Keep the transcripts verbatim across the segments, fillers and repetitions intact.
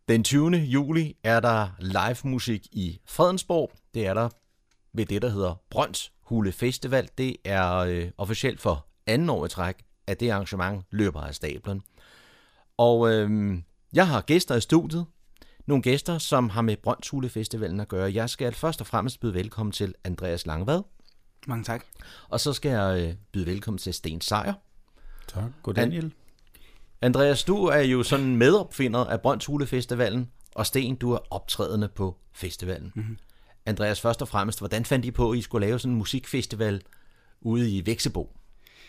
Den tyvende juli er der live musik i Fredensborg. Det er der ved det, der hedder Brøndshule Festival. Det er øh, officielt for anden år i træk, at det arrangement løber af stablen. Og øh, jeg har gæster i studiet. Nogle gæster, som har med Brøndshule Festivalen at gøre. Jeg skal først og fremmest byde velkommen til Andreas Langvad. Mange tak. Og så skal jeg øh, byde velkommen til Sten Sejer. Tak. God Daniel. Andreas, du er jo sådan medopfinder af Brøndshule Festivalen, og Sten, du er optrædende på festivalen. Mm-hmm. Andreas, først og fremmest, hvordan fandt I på, at I skulle lave sådan en musikfestival ude i Veksebo?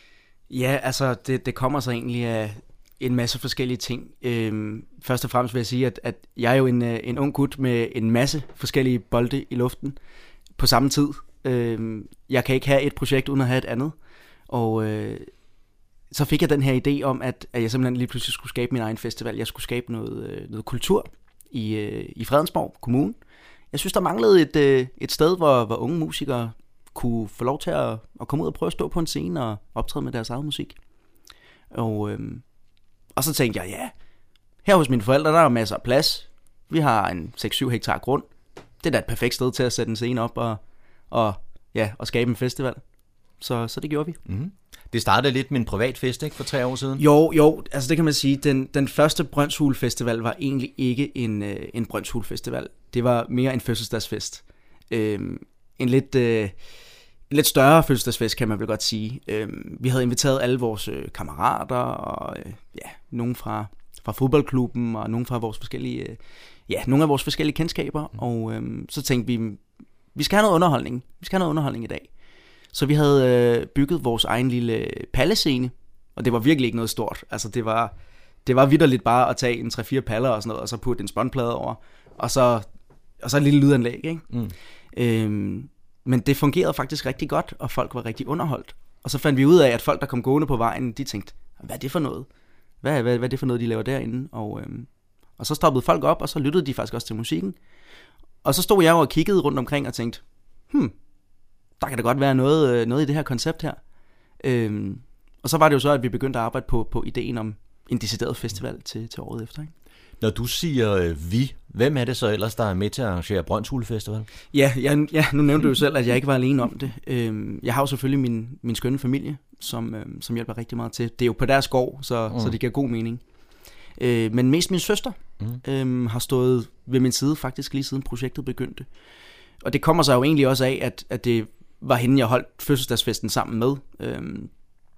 Ja, altså, det, det kommer så egentlig af en masse forskellige ting. Øhm, først og fremmest vil jeg sige, at, at jeg er jo en, en ung gut med en masse forskellige bolde i luften på samme tid. Øhm, jeg kan ikke have et projekt uden at have et andet, og øh, så fik jeg den her idé om, at, at jeg simpelthen lige pludselig skulle skabe min egen festival. Jeg skulle skabe noget, noget kultur i, i Fredensborg Kommune. Jeg synes, der manglede et, et sted, hvor, hvor unge musikere kunne få lov til at, at komme ud og prøve at stå på en scene og optræde med deres egen musik. Og, øhm, og så tænkte jeg, ja, her hos mine forældre, der er masser af plads. Vi har en seks syv hektar grund. Det er da et perfekt sted til at sætte en scene op og, og, ja, og skabe en festival. Så, så det gjorde vi. Mm-hmm. Det startede lidt med en privat fest, ikke, for tre år siden? Jo, jo, altså det kan man sige. Den, den første Brøndshule Festival var egentlig ikke en, øh, en Brøndshule Festival. Det var mere en fødselsdagsfest. Øh, en lidt, øh, en lidt større fødselsdagsfest, kan man vel godt sige. Øh, vi havde inviteret alle vores øh, kammerater, og øh, ja, nogen fra, fra fodboldklubben, og nogen fra vores forskellige, øh, ja, nogle af vores forskellige kendskaber. Mm. Og øh, så tænkte vi, vi skal have noget underholdning. Vi skal have noget underholdning i dag. Så vi havde øh, bygget vores egen lille pallescene, og det var virkelig ikke noget stort. Altså det var, det var vitterligt bare at tage en tre fire paller og sådan noget, og så putte en spåndplade over, og så, og så et lille lydanlæg, ikke? Mm. Øhm, men det fungerede faktisk rigtig godt, og folk var rigtig underholdt. Og så fandt vi ud af, at folk, der kom gående på vejen, de tænkte, hvad er det for noget? Hvad, hvad, hvad er det for noget, de laver derinde? Og, øhm, og så stoppede folk op, og så lyttede de faktisk også til musikken. Og så stod jeg jo og kiggede rundt omkring og tænkte, hmm, der kan da godt være noget, noget i det her koncept her. Øhm, og så var det jo så, at vi begyndte at arbejde på, på ideen om en decideret festival til, til året efter. Ikke? Når du siger øh, vi, hvem er det så ellers, der er med til at arrangere Brøndshule Festival? Ja, jeg, ja, nu nævnte du jo selv, at jeg ikke var alene om det. Øhm, jeg har jo selvfølgelig min, min skønne familie, som, øhm, som hjælper rigtig meget til. Det er jo på deres gård, så, mm. så det giver god mening. Øh, men mest min søster mm. øhm, har stået ved min side faktisk lige siden projektet begyndte. Og det kommer sig jo egentlig også af, at, at det var hende, jeg holdt fødselsdagsfesten sammen med. Øhm,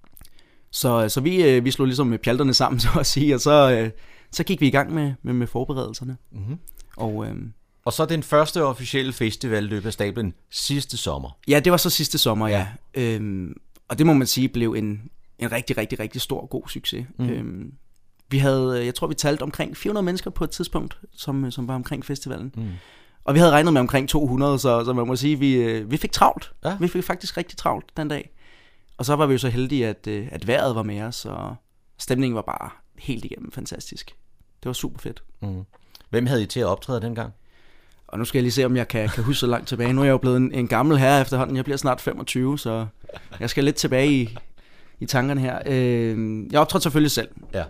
så så vi, øh, vi slog ligesom med pjalterne sammen, så at sige, og så, øh, så gik vi i gang med, med, med forberedelserne. Mm-hmm. Og, øhm, og så den første officielle festival løb af stablen sidste sommer. Ja, det var så sidste sommer, ja. ja. Øhm, og det må man sige blev en, en rigtig, rigtig, rigtig stor god succes. Mm. Øhm, vi havde, jeg tror vi talte omkring fire hundrede mennesker på et tidspunkt, som, som var omkring festivalen. Mm. Og vi havde regnet med omkring to hundrede, så, så man må sige, vi, vi fik travlt. Ja. Vi fik faktisk rigtig travlt den dag. Og så var vi jo så heldige, at, at vejret var med os, og stemningen var bare helt igennem fantastisk. Det var super fedt. Mm. Hvem havde I til at optræde dengang? Og nu skal jeg lige se, om jeg kan, kan huske så langt tilbage. Nu er jeg jo blevet en, en gammel herre efterhånden. Jeg bliver snart femogtyve, så jeg skal lidt tilbage i, i tankerne her. Øh, jeg optrådte selvfølgelig selv. Ja.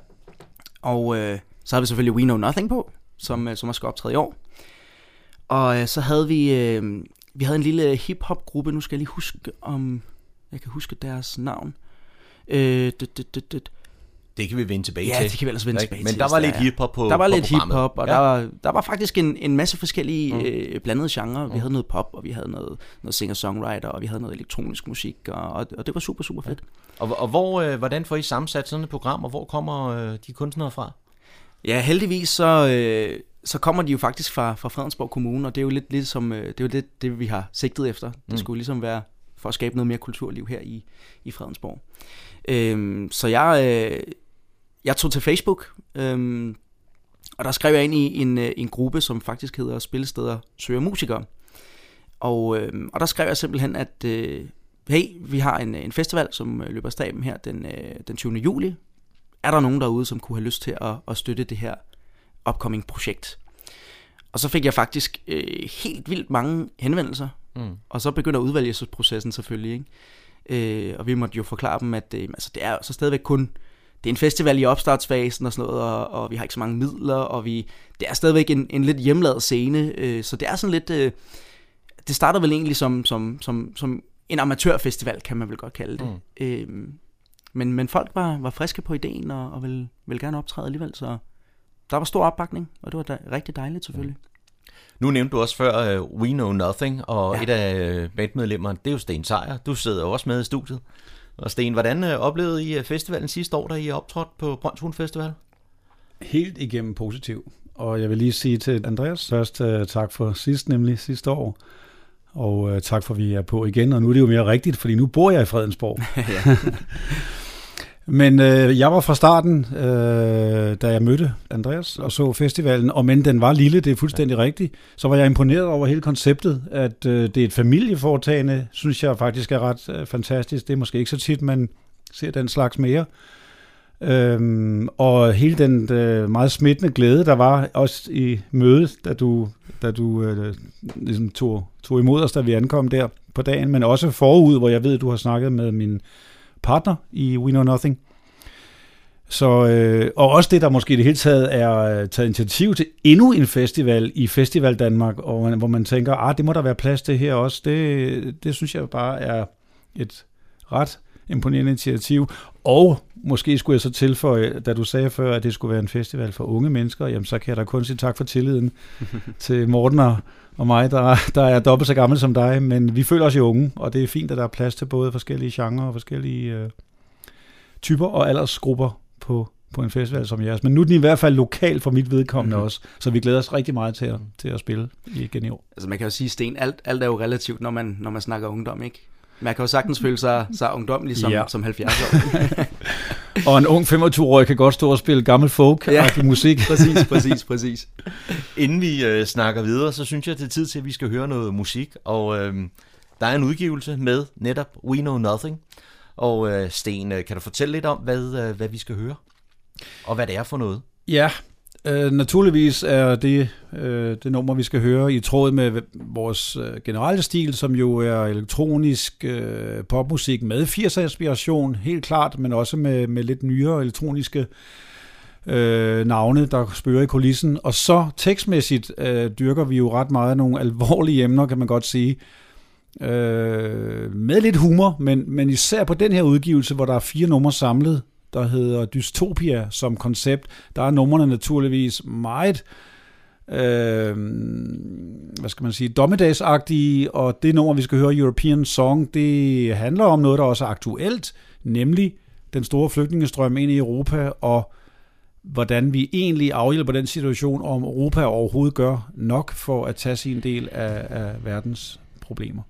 Og øh, så havde vi selvfølgelig We Know Nothing på, som, som også skal optræde i år. Og øh, så havde vi øh, vi havde en lille hip-hop gruppe. Nu skal jeg lige huske om jeg kan huske deres navn. Øh, det, det, det, det. det kan vi vende tilbage ja, til. Ja, det kan vi ellers vende tilbage Men til. Men der var lidt hip-hop på. Der var på lidt hip-hop, og ja. der var der var faktisk en en masse forskellige mm. øh, blandede genrer. Vi mm. havde noget pop, og vi havde noget noget singer-songwriter, og vi havde noget elektronisk musik, og og, og det var super super fedt. Ja. Og, og hvor øh, hvordan får I sammensat sådan et program, og hvor kommer øh, de kunstnere fra? Ja, heldigvis så øh, så kommer de jo faktisk fra, fra Fredensborg Kommune, og det er jo lidt, lidt som, det er jo lidt det, vi har sigtet efter. Det mm. skulle ligesom være for at skabe noget mere kulturliv her i, i Fredensborg. Øhm, så jeg, øh, jeg tog til Facebook, øhm, og der skrev jeg ind i en, en gruppe, som faktisk hedder Spillesteder Søger Musikere. Og, øhm, og der skrev jeg simpelthen, at øh, hey, vi har en, en festival, som løber af staben her den, øh, den tyvende juli. Er der nogen derude, som kunne have lyst til at, at støtte det her upcoming projekt? Og så fik jeg faktisk øh, helt vildt mange henvendelser, mm. og så begynder udvælgelsesprocessen selvfølgelig, ikke? Øh, og vi måtte jo forklare dem, at øh, altså, det er så stadigvæk kun det er en festival i opstartsfasen og sådan noget, og, og vi har ikke så mange midler, og vi, det er stadigvæk en, en lidt hjemmelavet scene, øh, så det er sådan lidt, øh, det starter vel egentlig som, som, som, som en amatørfestival, kan man vel godt kalde det. Mm. Øh, men, men folk var, var friske på ideen, og, og ville, ville gerne optræde alligevel, så der var stor opbakning, og det var da, rigtig dejligt selvfølgelig. Mm. Nu nævnte du også før uh, We Know Nothing, og ja. et af uh, bandmedlemmerne, det er jo Sten Sejer. Du sidder jo også med i studiet. Og Sten, hvordan uh, oplevede I uh, festivalen sidste år, da I optrådte på Brøns Hulen Festival? Helt igennem positiv. Og jeg vil lige sige til Andreas først uh, tak for sidst, nemlig sidste år. Og uh, tak for, at vi er på igen. Og nu er det jo mere rigtigt, fordi nu bor jeg i Fredensborg. Men øh, jeg var fra starten, øh, da jeg mødte Andreas og så festivalen, og men den var lille, det er fuldstændig rigtigt, så var jeg imponeret over hele konceptet, at øh, det er et familieforetagende, synes jeg faktisk er ret øh, fantastisk. Det er måske ikke så tit, man ser den slags mere. Øhm, og hele den øh, meget smittende glæde, der var også i mødet, da du, da du øh, ligesom tog, tog imod os, da vi ankom der på dagen, men også forud, hvor jeg ved, du har snakket med min partner i We Know Nothing. Så, øh, og også det, der måske i det hele taget er taget initiativ til endnu en festival i Festival Danmark, og man, hvor man tænker, ah, det må der være plads til her også. Det, det synes jeg bare er et ret imponerende initiativ. Og måske skulle jeg så tilføje, da du sagde før, at det skulle være en festival for unge mennesker, jamen så kan jeg da kun sige tak for tilliden til Morten og, og mig, der, der er dobbelt så gammel som dig, men vi føler os jo unge, og det er fint, at der er plads til både forskellige genrer og forskellige øh, typer og aldersgrupper på, på en festival som jeres. Men nu er den i hvert fald lokal for mit vedkommende mm-hmm. også, så vi glæder os rigtig meget til at, til at spille igen i år. Altså man kan jo sige, Sten, alt, alt er jo relativt, når man, når man snakker ungdom, ikke? Man kan jo sagtens føle sig, sig ungdomlig som, ja. som halvfjerds år. Og en ung femogtyve-årig kan godt stå og spille gammel folk ja. musik. præcis, præcis, præcis. Inden vi øh, snakker videre, så synes jeg, det er tid til, at vi skal høre noget musik. Og øh, der er en udgivelse med netop We Know Nothing. Og øh, Sten, kan du fortælle lidt om, hvad, øh, hvad vi skal høre? Og hvad det er for noget? Ja, øh, naturligvis er det øh, det nummer, vi skal høre i tråd med vores øh, generelle stil, som jo er elektronisk øh, popmusik med firser-inspiration, helt klart, men også med, med lidt nyere elektroniske øh, navne, der spørger i kulissen. Og så tekstmæssigt øh, dyrker vi jo ret meget nogle alvorlige emner, kan man godt sige, øh, med lidt humor, men, men især på den her udgivelse, hvor der er fire numre samlet, der hedder Dystopia som koncept. Der er numrene naturligvis meget, øh, hvad skal man sige, dommedagsagtige, og det nummer, vi skal høre, European Song, det handler om noget, der også er aktuelt, nemlig den store flygtningestrøm ind i Europa, og hvordan vi egentlig afhjælper den situation, om Europa overhovedet gør nok for at tage sin del af, af verdens problemer.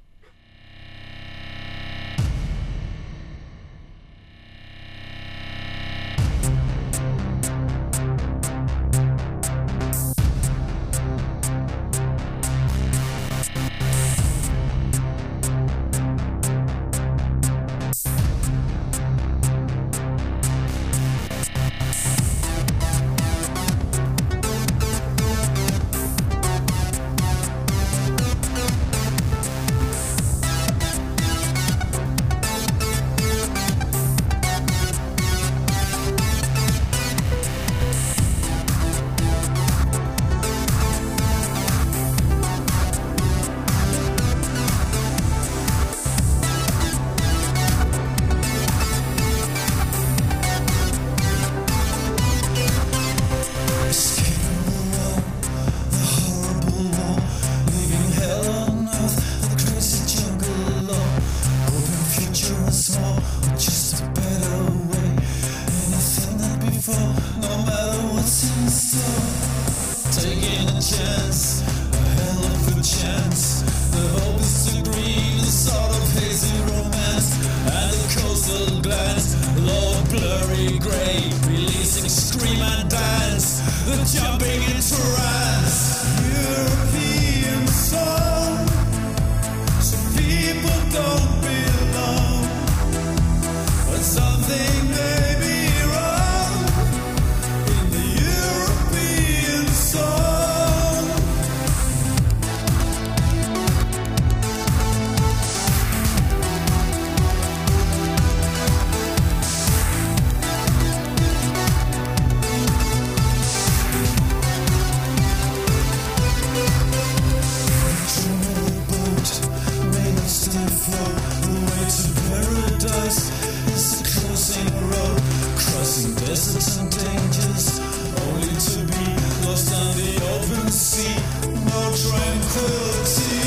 see no tranquility.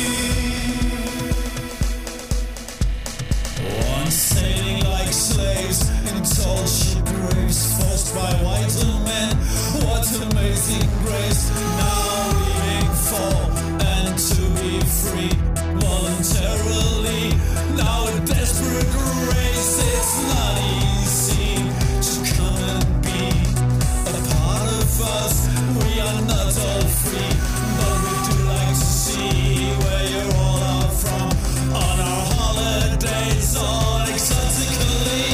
Once sailing like slaves in tall ship graves, forced by white men. What amazing grace! Now leaving for and to be free voluntarily. Now a desperate race. It's not easy to come and be a part of us. We are not all free, but we do like to see where you all are from on our holidays, all exotically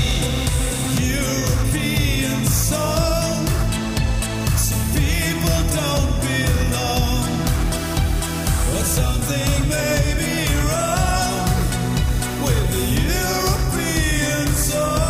European song. Some people don't belong, but something may be wrong with the European song.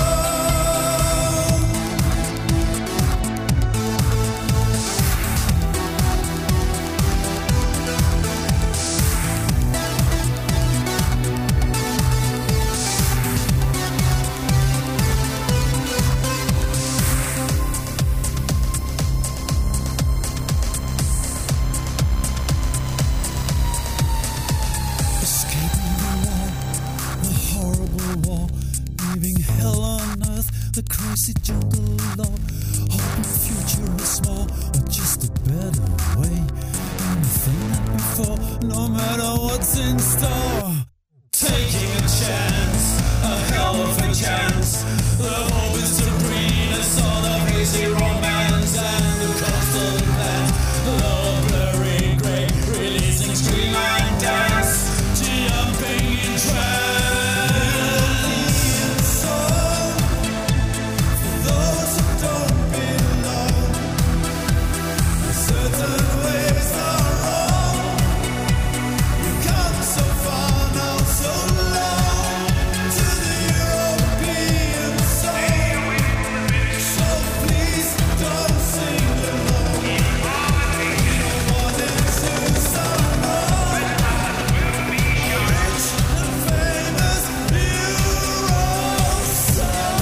Escaping the war, the horrible war, leaving hell on earth, the crazy jungle law. Hoping future is small, or just a better way. Anything than before, no matter what's in store. Taking a chance, a hell of a chance. The hope is to breed a sort of hazy romance and the coastal land. Low blurry grey, releasing scream and dance. Jumping in trance. Song for those who don't belong. Certain ways are wrong. You come so far now, so long to the European song. So please don't sing along. No one is who sound wrong. Rich and famous Euro song.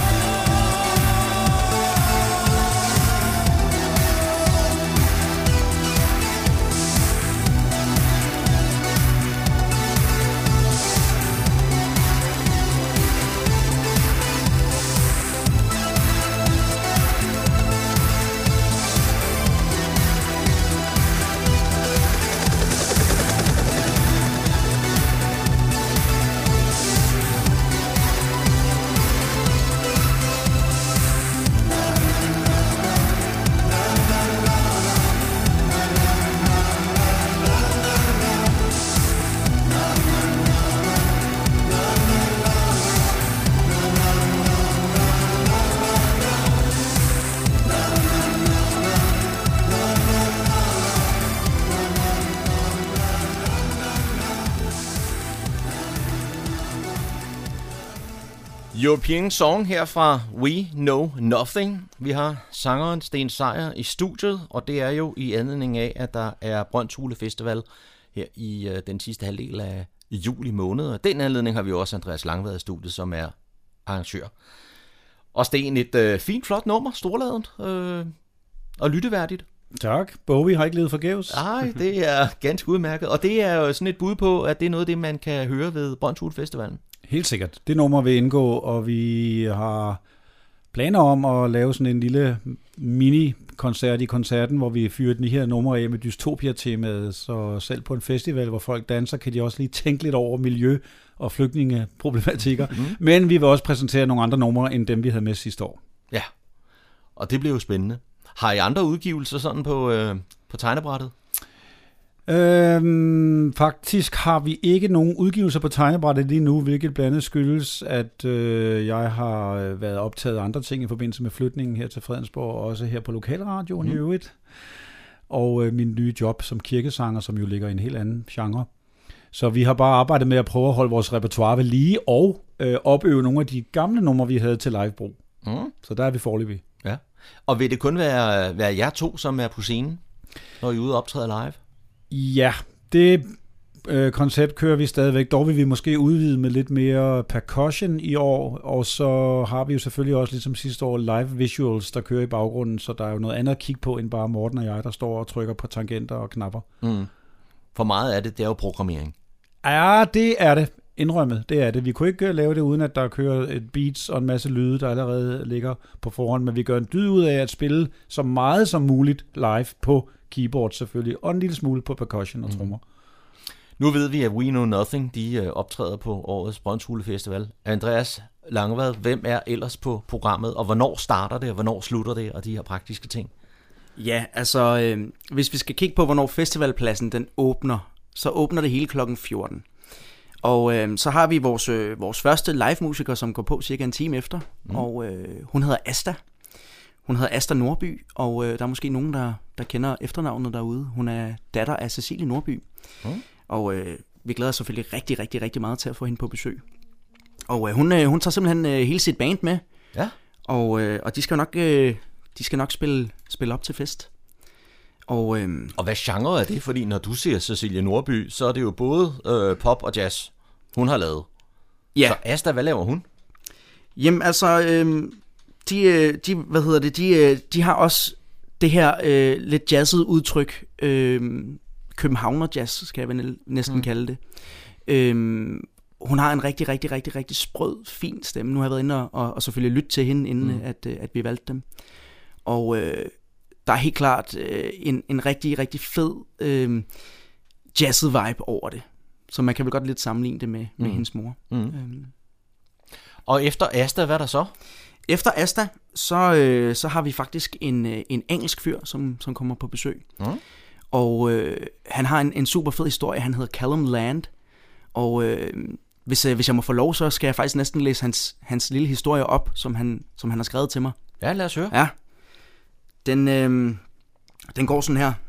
European Song her fra We Know Nothing. Vi har sangeren Sten Sejer i studiet, og det er jo i anledning af, at der er Brøndshule Festival her i øh, den sidste halvdel af juli måned. Og den anledning har vi også Andreas Langvad i studiet, som er arrangør. Og Sten, et øh, fint, flot nummer, storladent øh, og lytteværdigt. Tak. Bowie har ikke levet forgæves. Nej, det er ganske udmærket. Og det er jo sådan et bud på, at det er noget af det, man kan høre ved Brøndshule Festivalen. Helt sikkert. Det nummer vil indgå, og vi har planer om at lave sådan en lille mini-koncert i koncerten, hvor vi fyrer de her numre af med Dystopia-temaet, så selv på en festival, hvor folk danser, kan de også lige tænke lidt over miljø- og flygtningeproblematikker. Mm. Men vi vil også præsentere nogle andre numre, end dem vi havde med sidste år. Ja, og det bliver jo spændende. Har I andre udgivelser sådan på, øh, på tegnebrættet? Øhm, faktisk har vi ikke nogen udgivelser på tegnebrættet lige nu, hvilket blandt andet skyldes, at øh, jeg har været optaget af andre ting i forbindelse med flytningen her til Fredensborg, og også her på Lokalradioen mm. i øvrigt. Og øh, min nye job som kirkesanger, som jo ligger i en helt anden genre. Så vi har bare arbejdet med at prøve at holde vores repertoire ved lige, og øh, opøve nogle af de gamle numre, vi havde til livebrug. Mm. Så der er vi foreløbig. Ja. Og vil det kun være, være jer to, som er på scenen, når I er ude og optræde live? Ja, det øh, koncept kører vi stadigvæk. Dog vil vi måske udvide med lidt mere percussion i år, og så har vi jo selvfølgelig også ligesom sidste år live visuals, der kører i baggrunden, så der er jo noget andet at kigge på, end bare Morten og jeg, der står og trykker på tangenter og knapper. Mm. For meget af det, det er jo programmering. Ja, det er det. Indrømmet, det er det. Vi kunne ikke lave det, uden at der kører et beats og en masse lyde, der allerede ligger på forhånd, men vi gør en dyd ud af at spille så meget som muligt live på keyboard selvfølgelig, og en lille smule på percussion og trommer. Mm. Nu ved vi, at We Know Nothing, de optræder på årets Brøndshule Festival. Andreas Langvad, hvem er ellers på programmet, og hvornår starter det, og hvornår slutter det, og de her praktiske ting? Ja, altså, øh, hvis vi skal kigge på, hvornår festivalpladsen den åbner, så åbner det hele klokken fjorten. Og øh, så har vi vores, øh, vores første live-musiker, som går på cirka en time efter, mm. og øh, hun hedder Asta. Hun hedder Asta Nordby, og øh, der er måske nogen, der, der kender efternavnet derude. Hun er datter af Cecilie Nordby, mm. og øh, vi glæder os selvfølgelig rigtig, rigtig, rigtig meget til at få hende på besøg. Og øh, hun, øh, hun tager simpelthen øh, hele sit band med, ja. og, øh, og de skal nok, øh, de skal nok spille, spille op til fest. Og, øhm, og hvad genre er det? Fordi når du siger Cecilie Nordby, så er det jo både øh, pop og jazz, hun har lavet. Ja. Så Asta, hvad laver hun? Jamen altså, øhm, de, de, hvad hedder det, de, de har også det her øh, lidt jazzet udtryk, øh, københavner jazz, skal jeg vel næsten mm. kalde det. Øhm, hun har en rigtig, rigtig, rigtig, rigtig sprød, fin stemme. Nu har jeg været inde og, og, og selvfølgelig lyttet til hende, inden mm. at, at vi valgte dem. Og øh, der er helt klart øh, en, en rigtig, rigtig fed øh, jazzet vibe over det. Så man kan vel godt lidt sammenligne det med, med mm. hendes mor. Mm. Øhm. Og efter Asta, hvad er der så? Efter Asta, så, øh, så har vi faktisk en, en engelsk fyr, som, som kommer på besøg. Mm. Og øh, han har en, en super fed historie. Han hedder Callum Land. Og øh, hvis, øh, hvis jeg må få lov, så skal jeg faktisk næsten læse hans, hans lille historie op, som han, som han har skrevet til mig. Ja, lad os høre. Ja. Den, øh, den går sådan her.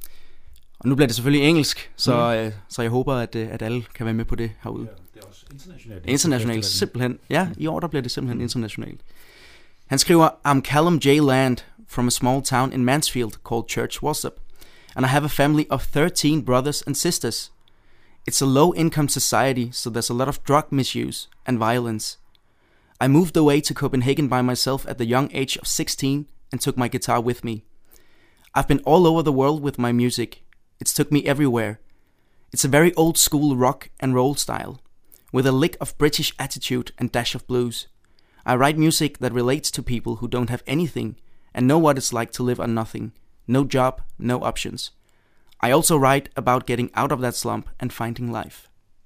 Og nu bliver det selvfølgelig engelsk, så, mm. øh, så jeg håber, at, at alle kan være med på det herude. Ja, det er også internationalt. Internationalt, simpelthen. Ja, i år der bliver det simpelthen mm. internationalt. Han skriver, I'm Callum J. Land from a small town in Mansfield called Church Wassop, and I have a family of thirteen brothers and sisters. It's a low-income society, so there's a lot of drug misuse and violence. I moved away to Copenhagen by myself at the young age of sixteen and took my guitar with me. I've been all over the world with my music. It's took me everywhere. It's a very old school rock and roll style, with a lick of British attitude and dash of blues. I write music that relates to people who don't have anything and know what it's like to live on nothing. No job, no options. I also write about getting out of that slump and finding life.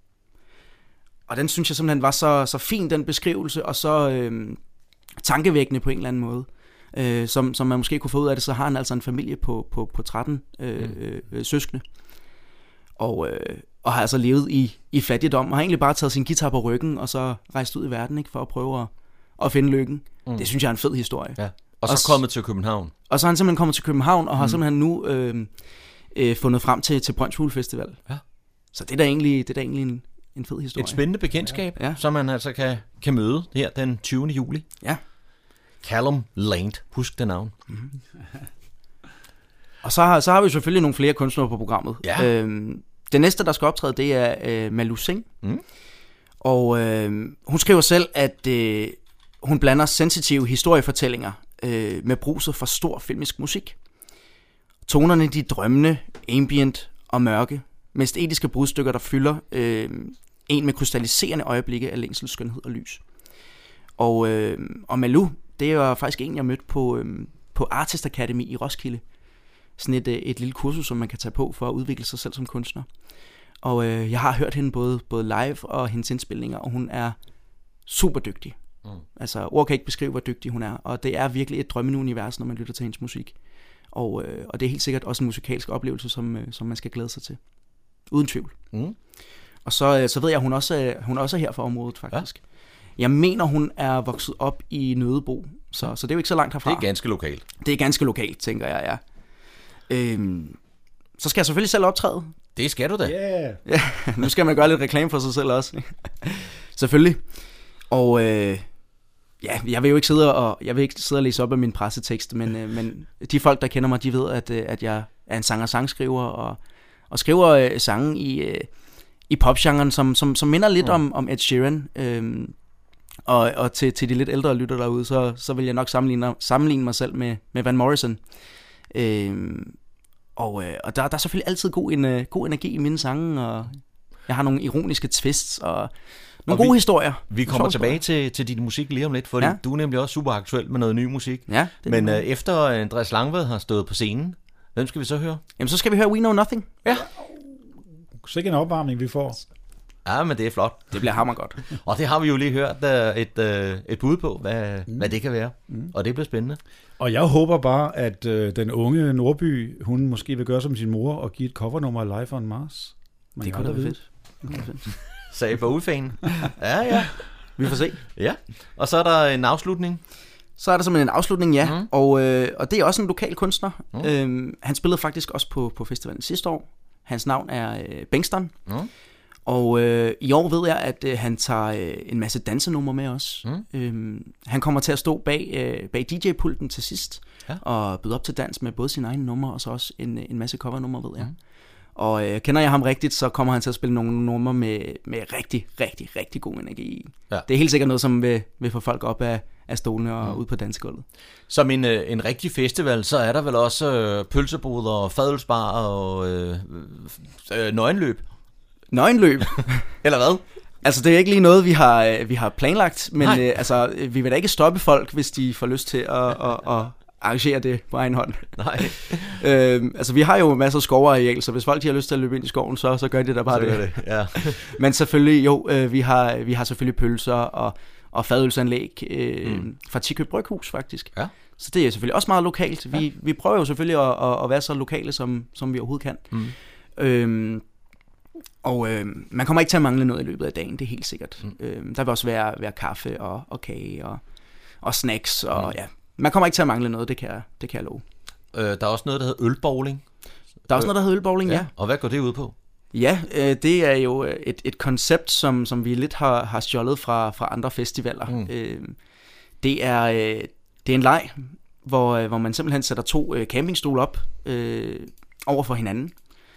Og den synes jeg simpelthen var så, så fin, den beskrivelse, og så øh, tankevækkende på en eller anden måde. Øh, som, som man måske kunne få ud af det, så har han altså en familie på, på, på tretten øh, mm. øh, søskende. Og, øh, og har altså levet i, i fattigdom, og har egentlig bare taget sin guitar på ryggen, og så rejst ud i verden, ikke, for at prøve at, at finde lykken. Mm. Det synes jeg er en fed historie. Ja. Og så og, kommet til København. Og så har han simpelthen kommet til København, og har mm. simpelthen nu øh, øh, fundet frem til, til Brøndshule Festival. Ja. Så det er da egentlig, det er da egentlig en, en fed historie. Et spændende bekendtskab, ja. Som man altså kan, kan møde her den tyvende juli. Ja. Callum Land, husk det navn. Mm. Og så har, så har vi selvfølgelig nogle flere kunstnere på programmet. Ja. Øhm, det næste, der skal optræde, det er øh, Malou Singh. Mm. Og øh, hun skriver selv, at øh, hun blander sensitive historiefortællinger øh, med bruset for stor filmisk musik. Tonerne, de er drømmende, ambient og mørke, med æstetiske brudstykker, der fylder øh, en med krystalliserende øjeblikke af længsel, skønhed og lys. Og, øh, og Malou, det var faktisk en, jeg mødte på, øh, på Artist Academy i Roskilde. Sådan et, et lille kursus, som man kan tage på for at udvikle sig selv som kunstner. Og øh, jeg har hørt hende både, både live og hendes indspilninger, og hun er super dygtig. Mm. Altså, ord kan ikke beskrive, hvor dygtig hun er. Og det er virkelig et drømmende univers, når man lytter til hendes musik. Og, øh, og det er helt sikkert også en musikalsk oplevelse, som, øh, som man skal glæde sig til. Uden tvivl. Mm. Og så, øh, så ved jeg, at hun også, øh, hun også er her for området, faktisk. Ja. Jeg mener, hun er vokset op i Nødebo, så, så det er jo ikke så langt herfra. Det er ganske lokalt. Det er ganske lokalt, tænker jeg, ja. Øhm, så skal jeg selvfølgelig selv optræde. Det skal du da. Yeah. Ja, nu skal man gøre lidt reklame for sig selv også. Selvfølgelig. Og øh, ja, jeg vil jo ikke sidde og jeg vil ikke sidde og læse op af min pressetekst, men øh, men de folk der kender mig, de ved at øh, at jeg er en sanger-sangskriver og og skriver øh, sange i øh, i popgenren, som, som, som minder lidt mm. om, om Ed Sheeran. Øhm, og og til, til de lidt ældre lytter derude, så, så vil jeg nok sammenligne, sammenligne mig selv med, med Van Morrison. Øhm, og øh, og der, der er selvfølgelig altid god, en, uh, god energi i mine sange, og jeg har nogle ironiske twists og nogle og gode vi, historier. Vi kommer tilbage til, til din musik lige om lidt, for ja. du er nemlig også super aktuel med noget ny musik. Ja, Men øh, efter Andreas Langvad har stået på scenen, hvem skal vi så høre? Jamen, så skal vi høre We Know Nothing. Ja. Så ikke en opvarmning, vi får. Ja, men det er flot. Det bliver hammergodt. Og det har vi jo lige hørt uh, et, uh, et bud på, hvad, mm. hvad det kan være. Mm. Og det bliver spændende. Og jeg håber bare, at øh, den unge Nordby, hun måske vil gøre som sin mor og give et covernummer af Live on Mars. Man det kunne da være fedt. fedt. Sagde på udfanen. Ja, ja. Vi får se. Ja. Og så er der en afslutning. Så er der simpelthen en afslutning, ja. Mm. Og, øh, og det er også en lokal kunstner. Mm. Øhm, han spillede faktisk også på, på festivalen sidste år. Hans navn er øh, Bengston. Mm. Og øh, i år ved jeg, at øh, han tager øh, en masse dansenummer med os. Mm. Øhm, han kommer til at stå bag, øh, bag D J-pulten til sidst, ja. Og byde op til dans med både sine egne numre, og så også en, en masse covernumre, ved jeg. Mm. Og øh, kender jeg ham rigtigt, så kommer han til at spille nogle numre med, med rigtig, rigtig, rigtig god energi i. Ja. Det er helt sikkert noget, som vil, vil få folk op af, af stolene og mm. ud på dansegulvet. Som en, øh, en rigtig festival, så er der vel også øh, pølseboder og fadølsbar og øh, øh, nøgenløb. Nøgenløb? Eller hvad? Altså, det er ikke lige noget, vi har, vi har planlagt, men øh, altså, vi vil da ikke stoppe folk, hvis de får lyst til at, at, at arrangere det på egen hånd. Nej. øhm, altså, vi har jo masser af skovareal, så hvis folk de har lyst til at løbe ind i skoven, så, så gør de da bare så det. det. Ja. Men selvfølgelig, jo, øh, vi, har, vi har selvfølgelig pølser og, og fadølsanlæg øh, mm. fra Tikøb Bryghus, faktisk. Ja. Så det er selvfølgelig også meget lokalt. Vi, ja. vi prøver jo selvfølgelig at, at, at være så lokale, som, som vi overhovedet kan. Mm. Øhm, Og øh, man kommer ikke til at mangle noget i løbet af dagen, det er helt sikkert. Mm. Øh, der vil også være, være kaffe og, og kage og, og snacks. Og, mm. ja. Man kommer ikke til at mangle noget, det kan jeg, det kan jeg love. Øh, der er også noget, der hedder ølbowling. Der er også noget, der hedder ølbowling, ja. ja. Og hvad går det ud på? Ja, øh, det er jo et, et koncept, som, som vi lidt har, har stjålet fra, fra andre festivaler. Mm. Øh, det, er, øh, det er en leg, hvor, hvor man simpelthen sætter to øh, campingstole op øh, over for hinanden.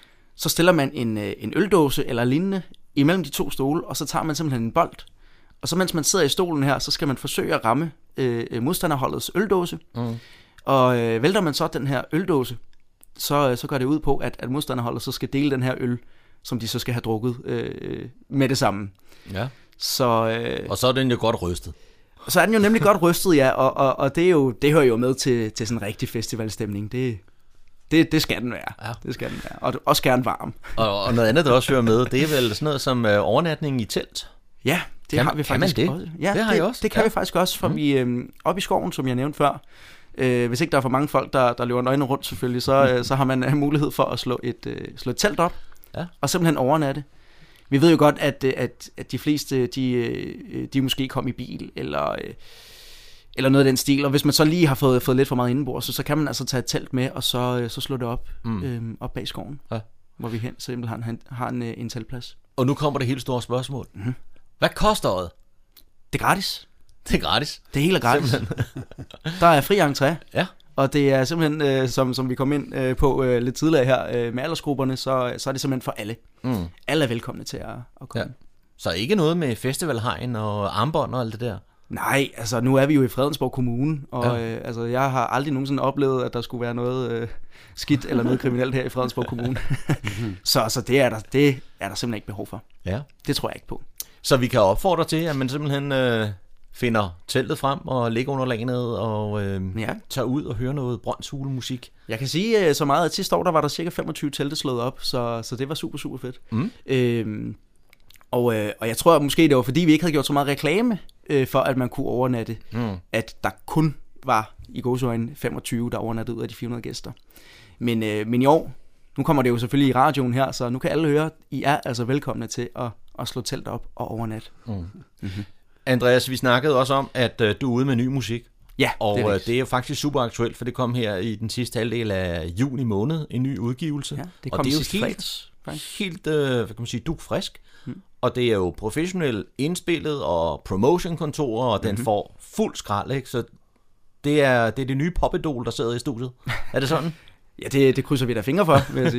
Så stiller man en, en øldåse eller lignende imellem de to stole, og så tager man simpelthen en bold. Og så mens man sidder i stolen her, så skal man forsøge at ramme øh, modstanderholdets øldåse. Mm. Og øh, vælter man så den her øldåse, så, så går det ud på, at, at modstanderholdet så skal dele den her øl, som de så skal have drukket øh, med det samme. Ja. Så, øh, og så er den jo godt rystet. Så er den jo nemlig godt rystet, ja. Og, og, og det, er jo, det hører jo med til, til sådan en rigtig festivalstemning. Det Det, det skal den være. Ja. Det skal den være. Og også gerne varm. Og, og noget andet, der også hører med, det er vel sådan noget som øh, overnatning i telt? Ja, det kan, har vi faktisk kan man det? Også. Ja, det har det, I også. Det kan ja. vi faktisk også, for mm. vi øh, oppe i skoven, som jeg nævnte før. Øh, hvis ikke der er for mange folk, der, der løber nøgne rundt selvfølgelig, så, øh, så har man mulighed for at slå et, øh, slå et telt op, ja. og simpelthen overnatte. Vi ved jo godt, at, at, at de fleste, de, de måske kom i bil, eller... Øh, eller noget af den stil, og hvis man så lige har fået, fået lidt for meget indenbord, så, så kan man altså tage et telt med, og så, så slå det op, mm. øhm, op bag skoven, ja. hvor vi hen simpelthen har en, har en, en teltplads. Og nu kommer det helt store spørgsmål. Mm-hmm. Hvad koster det? Det er gratis. Det er gratis? Det er helt gratis. Der er fri entré, ja. og det er simpelthen, øh, som, som vi kom ind øh, på øh, lidt tidligere her, øh, med aldersgrupperne, så, så er det simpelthen for alle. Mm. Alle er velkomne til at, at komme. Ja. Så ikke noget med festivalhegn og armbånd og alt det der? Nej, altså nu er vi jo i Fredensborg Kommune, og ja. øh, altså, jeg har aldrig nogensinde oplevet, at der skulle være noget øh, skidt eller noget kriminelt her i Fredensborg Kommune. så altså, det, er der, det er der simpelthen ikke behov for. Ja. Det tror jeg ikke på. Så vi kan opfordre til, at man simpelthen øh, finder teltet frem og ligger under lagenet og øh, ja. tager ud og hører noget Brøndshule musik. Jeg kan sige øh, så meget, at sidste år der var der cirka femogtyve telte slået op, så, så det var super, super fedt. Mm. Øh, og, øh, og jeg tror måske, det var fordi, vi ikke havde gjort så meget reklame, for at man kunne overnatte, mm. at der kun var i gåseøjne femogtyve, der overnattede ud af de fire hundrede gæster. Men, øh, men i år, nu kommer det jo selvfølgelig i radioen her, så nu kan alle høre, I er altså velkomne til at, at slå telt op og overnatte. Mm. Mm-hmm. Andreas, vi snakkede også om, at øh, du er ude med ny musik. Ja, og det er, øh, det er jo faktisk super aktuelt, for det kom her i den sidste halvdel af juni måned, en ny udgivelse. Ja, det kom og det er jo helt, helt øh, hvad kan man sige, dugfrisk. Mm. Og det er jo professionelt indspillet og promotion-kontorer, og den mm-hmm. får fuld skrald, ikke? Så det er det, er det nye popidol, der sidder i studiet. Er det sådan? Ja, det, det krydser vi da fingre for, vil jeg sige.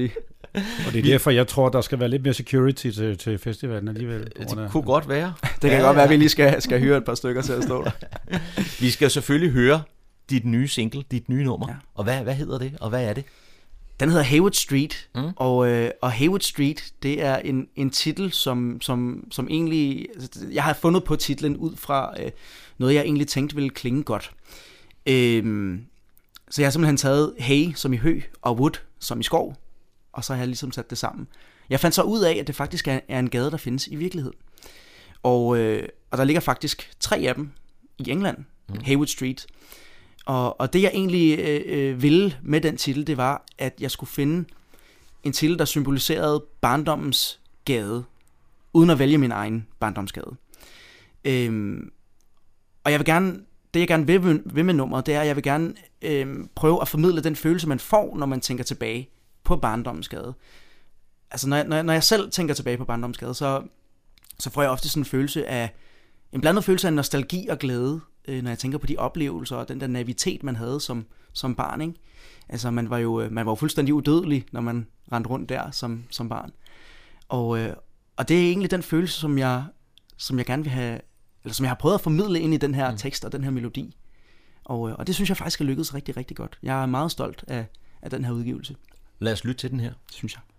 Og det er derfor, jeg tror, der skal være lidt mere security til, til festivalen alligevel. Det kunne godt være. Det kan ja, godt være, at vi lige skal, skal hyre et par stykker til at stå der. Vi skal selvfølgelig høre dit nye single, dit nye nummer. Ja. Og hvad, hvad hedder det, og hvad er det? Den hedder Haywood Street, Mm. og, øh, og Haywood Street, det er en, en titel, som, som, som egentlig... Jeg har fundet på titlen ud fra øh, noget, jeg egentlig tænkte ville klinge godt. Øhm, så jeg har simpelthen taget hay som i hø, og wood som i skov, og så har jeg ligesom sat det sammen. Jeg fandt så ud af, at det faktisk er, er en gade, der findes i virkeligheden. Og, øh, og der ligger faktisk tre af dem i England, mm. Haywood Street. Og, og det jeg egentlig øh, ville med den titel, det var, at jeg skulle finde en titel, der symboliserede barndommens gade, uden at vælge min egen barndomsgade. Øhm, og jeg vil gerne, det jeg gerne vil, vil med nummeret, det er, at jeg vil gerne øhm, prøve at formidle den følelse, man får, når man tænker tilbage på barndommens gade. Altså når jeg, når jeg, når jeg selv tænker tilbage på barndommens gade, så, så får jeg ofte sådan en følelse af, en blandet følelse af nostalgi og glæde, når jeg tænker på de oplevelser og den der naivitet, man havde som, som barn, ikke? Altså, man var jo man var jo fuldstændig udødelig, når man rendte rundt der som, som barn. Og, øh, og det er egentlig den følelse, som jeg, som jeg gerne vil have, eller som jeg har prøvet at formidle ind i den her mm. tekst og den her melodi. Og, øh, og det synes jeg faktisk er lykkedes rigtig, rigtig godt. Jeg er meget stolt af, af den her udgivelse. Lad os lytte til den her. Det synes jeg.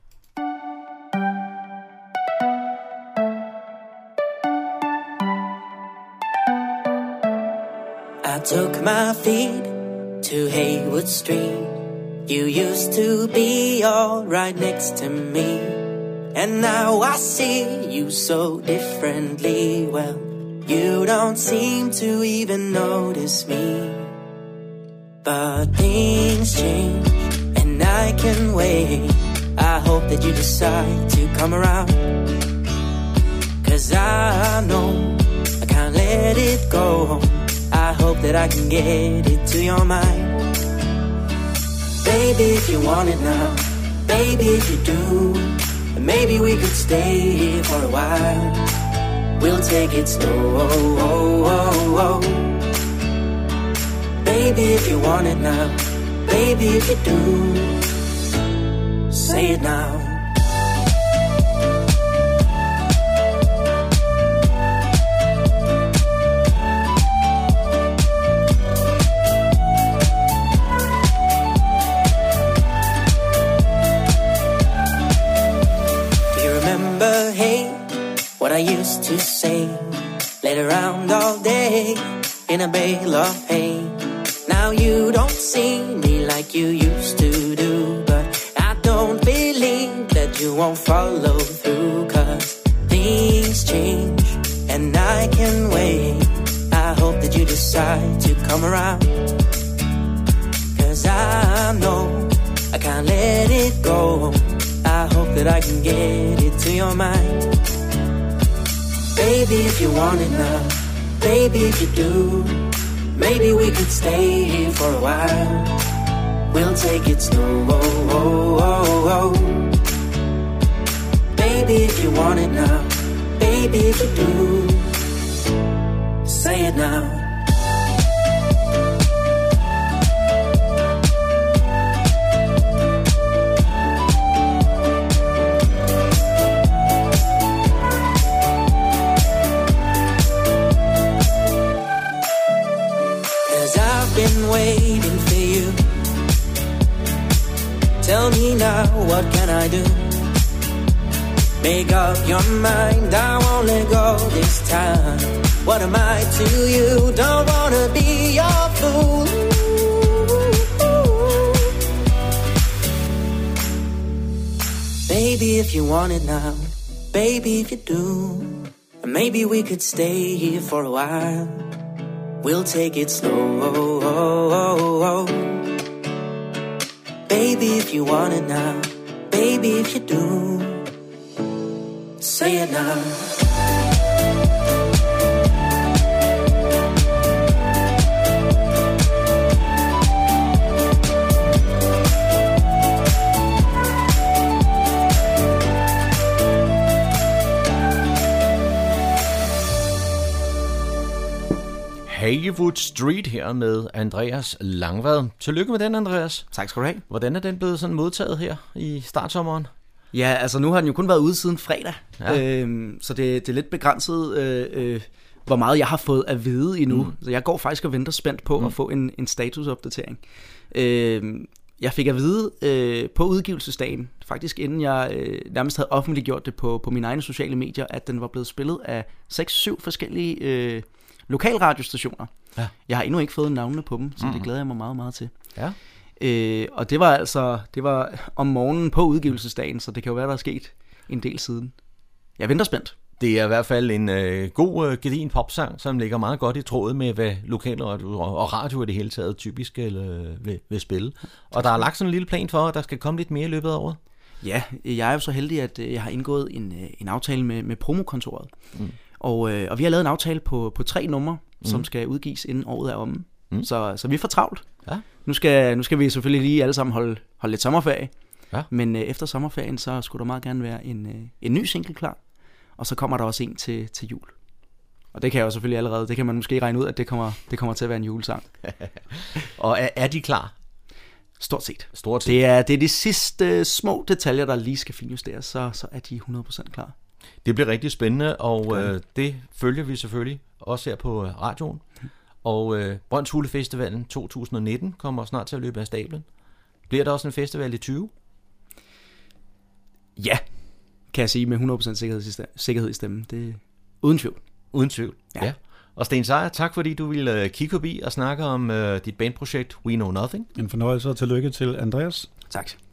I took my feet to Haywood Street. You used to be all right next to me, and now I see you so differently. Well, you don't seem to even notice me, but things change and I can wait. I hope that you decide to come around, 'cause I know I can't let it go. I hope that I can get it to your mind. Baby, if you want it now, baby, if you do, maybe we could stay here for a while. We'll take it slow, oh, oh, oh, oh. Baby, if you want it now, baby, if you do, say it now. What I used to say, laid around all day in a bale of hay. Now you don't see me like you used to do, but I don't believe that you won't follow through, 'cause things change and I can wait. I hope that you decide to come around, 'cause I know I can't let it go. I hope that I can get it to your mind. Baby, if you want it now, baby, if you do, maybe we could stay here for a while. We'll take it slow, oh, oh, oh, oh. Baby, if you want it now, baby, if you do, say it now. Been waiting for you. Tell me now, what can I do? Make up your mind, I won't let go this time. What am I to you? Don't wanna be your fool. Baby, if you want it now, baby, if you do, maybe we could stay here for a while. We'll take it slow, oh, oh, oh, oh. Baby, if you want it now, baby, if you do, say it now. Haywood Street her med Andreas Langvad. Tillykke med den, Andreas. Tak skal du have. Hvordan er den blevet sådan modtaget her i startsommeren? Ja, altså nu har den jo kun været ude siden fredag, Ja. øhm, så det, det er lidt begrænset, øh, øh, hvor meget jeg har fået at vide endnu. Mm. Så jeg går faktisk og venter spændt på mm. at få en, en statusopdatering. Øh, jeg fik at vide øh, på udgivelsesdagen, faktisk inden jeg øh, nærmest havde offentliggjort det på, på mine egne sociale medier, at den var blevet spillet af seks syv forskellige øh, lokalradiostationer. Ja. Jeg har endnu ikke fået navnene på dem, så mm. det glæder jeg mig meget, meget til. Ja. Øh, og det var altså det var om morgenen på udgivelsesdagen, så det kan jo være, der er sket en del siden. Jeg venter spændt. Det er i hvert fald en øh, god, øh, gedigen popsang, som ligger meget godt i tråd med, hvad lokalradio og radio i det hele taget typisk øh, vil, vil spille. Og der er lagt sådan en lille plan for, at der skal komme lidt mere i løbet af året. Ja, jeg er jo så heldig, at jeg har indgået en, en aftale med, med promokontoret. Mm. Og, øh, og vi har lavet en aftale på, på tre numre, mm. som skal udgives inden året er omme. Mm. Så, så vi får travlt. Ja. Nu, skal, nu skal vi selvfølgelig lige alle sammen holde, holde lidt sommerferie. Ja. Men øh, efter sommerferien, så skulle der meget gerne være en, øh, en ny single klar. Og så kommer der også en til, til jul. Og det kan jeg jo selvfølgelig allerede, det kan man måske regne ud, at det kommer, det kommer til at være en julesang. Og er, er de klar? Stort set. Stort set. Det er, det er de sidste små detaljer, der lige skal finjusteres, så, så er de hundrede procent klar. Det bliver rigtig spændende, og det, øh, det følger vi selvfølgelig også her på radioen. Og øh, Brøns Hule Festivalen to tusind nitten kommer snart til at løbe af stablen. Bliver der også en festival i tyve? Ja, kan jeg sige med hundrede procent sikkerhed i stemmen. Sikkerhed i stemmen. Det er uden tvivl. Uden tvivl, ja. ja. Og Sten Sejer, tak fordi du ville kigge forbi og snakke om uh, dit bandprojekt We Know Nothing. En fornøjelse og tillykke til Andreas. Tak.